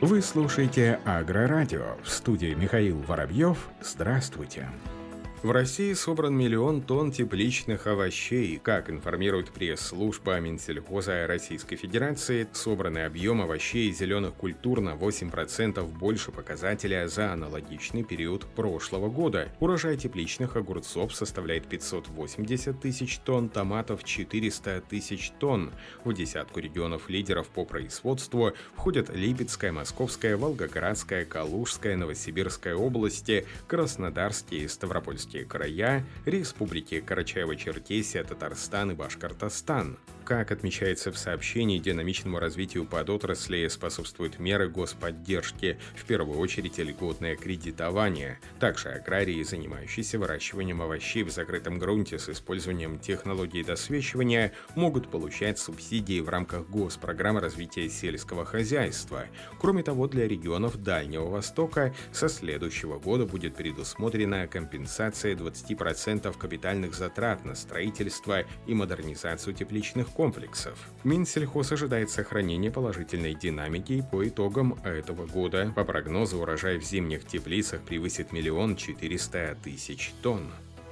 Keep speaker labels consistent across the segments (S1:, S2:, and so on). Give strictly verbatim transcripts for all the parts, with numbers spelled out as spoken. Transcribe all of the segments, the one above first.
S1: Вы слушаете Агрорадио. В студии Михаил Воробьев. Здравствуйте. В России собран миллион тонн тепличных овощей. Как информирует пресс-служба Минсельхоза Российской Федерации, собранный объем овощей и зеленых культур на восемь процентов больше показателя за аналогичный период прошлого года. Урожай тепличных огурцов составляет пятьсот восемьдесят тысяч тонн, томатов – четыреста тысяч тонн. В десятку регионов-лидеров по производству входят Липецкая, Московская, Волгоградская, Калужская, Новосибирская области, Краснодарские и Ставропольские края, республики Карачаево-Черкесия, Татарстан и Башкортостан. Как отмечается в сообщении, динамичному развитию подотрасли способствуют меры господдержки, в первую очередь льготное кредитование. Также аграрии, занимающиеся выращиванием овощей в закрытом грунте с использованием технологий досвечивания, могут получать субсидии в рамках госпрограммы развития сельского хозяйства. Кроме того, для регионов Дальнего Востока со следующего года будет предусмотрена компенсация двадцать процентов капитальных затрат на строительство и модернизацию тепличных комплексов. Минсельхоз ожидает сохранения положительной динамики по итогам этого года. По прогнозу, урожай в зимних теплицах превысит миллион четыреста тысяч тонн.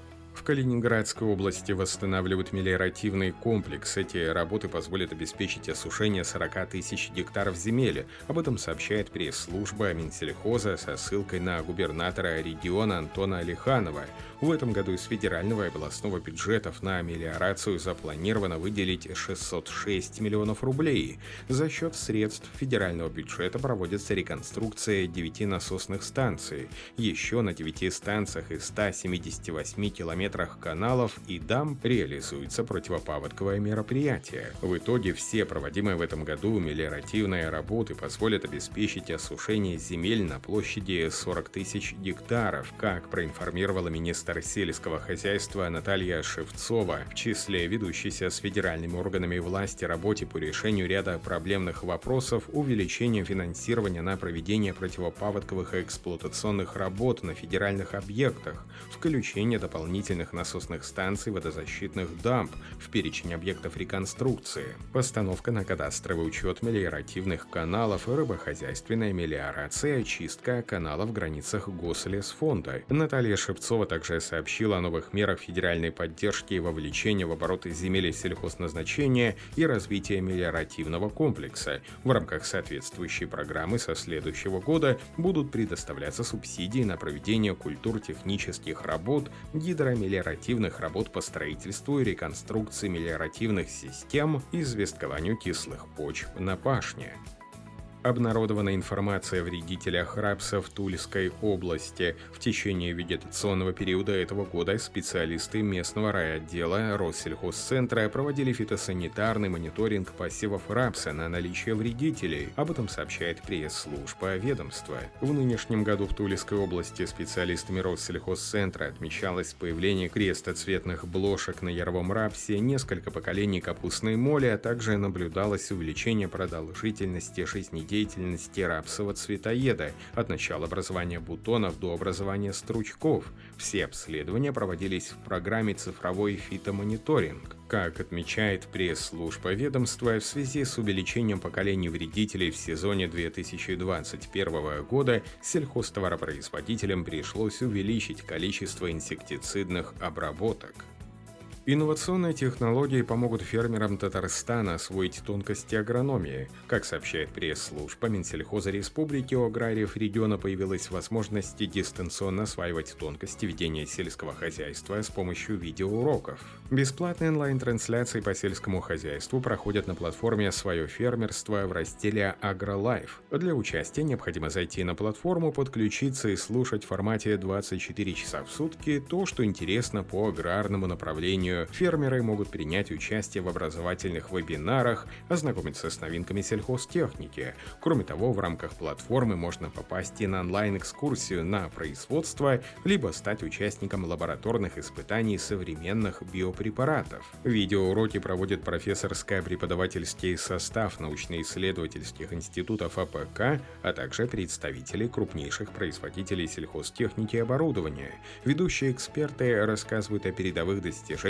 S1: В Калининградской области восстанавливают мелиоративный комплекс. Эти работы позволят обеспечить осушение сорок тысяч гектаров земель. Об этом сообщает пресс-служба Минсельхоза со ссылкой на губернатора региона Антона Алиханова. В этом году из федерального и областного бюджетов на мелиорацию запланировано выделить шестьсот шесть миллионов рублей. За счет средств федерального бюджета проводится реконструкция девяти насосных станций. Еще на девяти станциях из ста семидесяти восьми километрах каналов и дамб реализуется противопаводковое мероприятие. В итоге все проводимые в этом году мелиоративные работы позволят обеспечить осушение земель на площади сорок тысяч гектаров, как проинформировала министр сельского хозяйства Наталья Шевцова. В числе ведущейся с федеральными органами власти работе по решению ряда проблемных вопросов увеличение финансирования на проведение противопаводковых и эксплуатационных работ на федеральных объектах, включение дополнительных насосных станций, водозащитных дамб в перечень объектов реконструкции, постановка на кадастровый учет мелиоративных каналов, рыбохозяйственная мелиорация, очистка каналов в границах Гослесфонда. Наталья Шевцова также сообщила о новых мерах федеральной поддержки и вовлечения в обороты земель сельхозназначения и развития мелиоративного комплекса. В рамках соответствующей программы со следующего года будут предоставляться субсидии на проведение культур-технических работ, гидромелиоративных мелиоративных работ по строительству и реконструкции мелиоративных систем и известкованию кислых почв на пашне. Обнародована информация о вредителях рапса в Тульской области. В течение вегетационного периода этого года специалисты местного райотдела Россельхозцентра проводили фитосанитарный мониторинг посевов рапса на наличие вредителей. Об этом сообщает пресс-служба ведомства. В нынешнем году в Тульской области специалистами Россельхозцентра отмечалось появление крестоцветных блошек на яровом рапсе, несколько поколений капустной моли, а также наблюдалось увеличение продолжительности жизнедеятельности деятельности рапсового цветоеда от начала образования бутонов до образования стручков. Все обследования проводились в программе «Цифровой фитомониторинг». Как отмечает пресс-служба ведомства, в связи с увеличением поколений вредителей в сезоне две тысячи двадцать первого года сельхозтоваропроизводителям пришлось увеличить количество инсектицидных обработок. Инновационные технологии помогут фермерам Татарстана освоить тонкости агрономии. Как сообщает пресс-служба Минсельхоза Республики, у аграриев региона появилась возможность дистанционно осваивать тонкости ведения сельского хозяйства с помощью видеоуроков. Бесплатные онлайн-трансляции по сельскому хозяйству проходят на платформе «Свое фермерство» в разделе «Агролайф». Для участия необходимо зайти на платформу, подключиться и слушать в формате двадцать четыре часа в сутки то, что интересно по аграрному направлению. Фермеры могут принять участие в образовательных вебинарах, ознакомиться с новинками сельхозтехники. Кроме того, в рамках платформы можно попасть и на онлайн-экскурсию на производство, либо стать участником лабораторных испытаний современных биопрепаратов. Видеоуроки проводит профессорско-преподавательский состав научно-исследовательских институтов А П К, а также представители крупнейших производителей сельхозтехники и оборудования. Ведущие эксперты рассказывают о передовых достижениях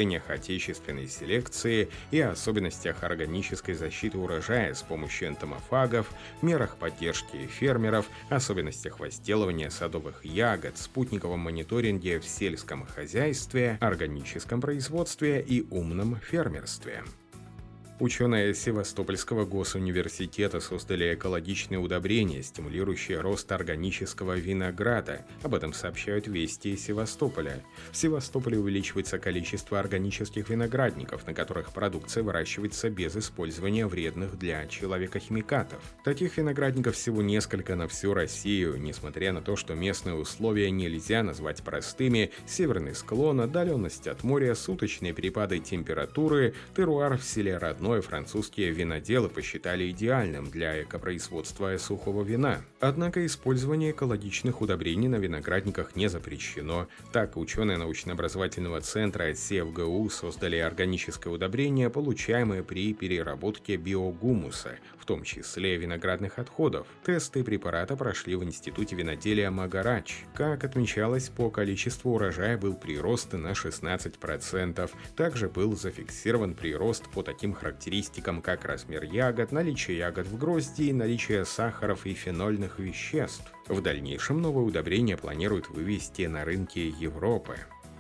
S1: достижениях отечественной селекции и особенностях органической защиты урожая с помощью энтомофагов, мерах поддержки фермеров, особенностях возделывания садовых ягод, спутниковом мониторинге в сельском хозяйстве, органическом производстве и умном фермерстве. Ученые Севастопольского госуниверситета создали экологичные удобрения, стимулирующие рост органического винограда. Об этом сообщают «Вести из Севастополя». В Севастополе увеличивается количество органических виноградников, на которых продукция выращивается без использования вредных для человека химикатов. Таких виноградников всего несколько на всю Россию. Несмотря на то, что местные условия нельзя назвать простыми, северный склон, отдаленность от моря, суточные перепады температуры, теруар в селе Родной, французские виноделы посчитали идеальным для экопроизводства сухого вина. Однако использование экологичных удобрений на виноградниках не запрещено. Так, ученые научно-образовательного центра СевГУ создали органическое удобрение, получаемое при переработке биогумуса, в том числе виноградных отходов. Тесты препарата прошли в Институте виноделия Магарач. Как отмечалось, по количеству урожая был прирост на шестнадцать процентов. Также был зафиксирован прирост по таким характеристикам, характеристикам, как размер ягод, наличие ягод в грозди, наличие сахаров и фенольных веществ. В дальнейшем новое удобрение планируют вывести на рынки Европы.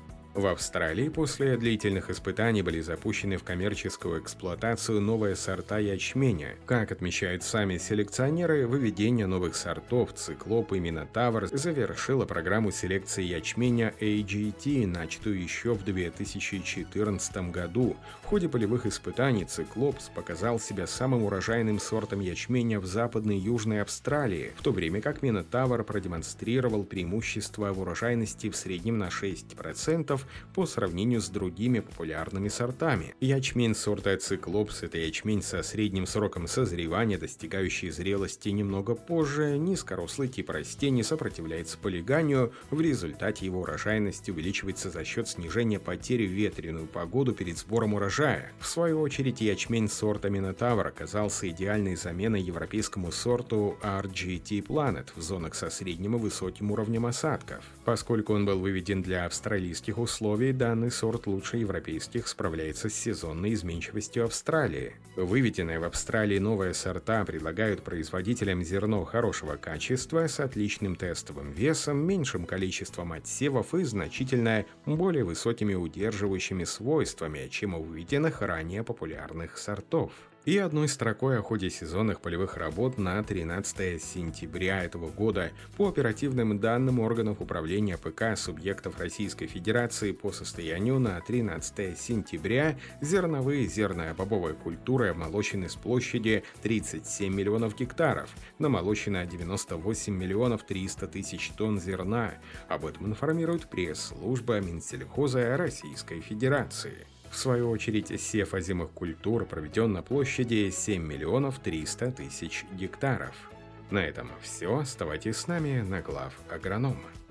S1: В Австралии после длительных испытаний были запущены в коммерческую эксплуатацию новые сорта ячменя. Как отмечают сами селекционеры, выведение новых сортов «Циклоп» и «Минотавр» завершило программу селекции ячменя эй джи ти, начатую еще в две тысячи четырнадцатом году. В ходе полевых испытаний «Циклопс» показал себя самым урожайным сортом ячменя в Западной и Южной Австралии, в то время как «Минотавр» продемонстрировал преимущество в урожайности в среднем на шесть процентов по сравнению с другими популярными сортами. Ячмень сорта «Циклопс» — это ячмень со средним сроком созревания, достигающий зрелости немного позже. Низкорослый тип растений сопротивляется полиганию, в результате его урожайность увеличивается за счет снижения потери в ветреную погоду перед сбором урожая. В свою очередь, ячмень сорта «Минотавр» оказался идеальной заменой европейскому сорту ар джи ти Planet в зонах со средним и высоким уровнем осадков. Поскольку он был выведен для австралийских условий, условий данный сорт лучше европейских справляется с сезонной изменчивостью Австралии. Выведенные в Австралии новые сорта предлагают производителям зерно хорошего качества с отличным тестовым весом, меньшим количеством отсевов и значительно более высокими удерживающими свойствами, чем у выведенных ранее популярных сортов. И одной строкой о ходе сезонных полевых работ на тринадцатое сентября этого года по оперативным данным органов управления ПК субъектов Российской Федерации по состоянию на тринадцатое сентября зерновые и зерно-бобовые культуры обмолочены с площади тридцать семь миллионов гектаров, намолочено девяносто восемь миллионов триста тысяч тонн зерна. Об этом информирует пресс-служба Минсельхоза Российской Федерации. В свою очередь, сев озимых культур проведен на площади семь миллионов триста тысяч гектаров. На этом все. Оставайтесь с нами на глав агронома.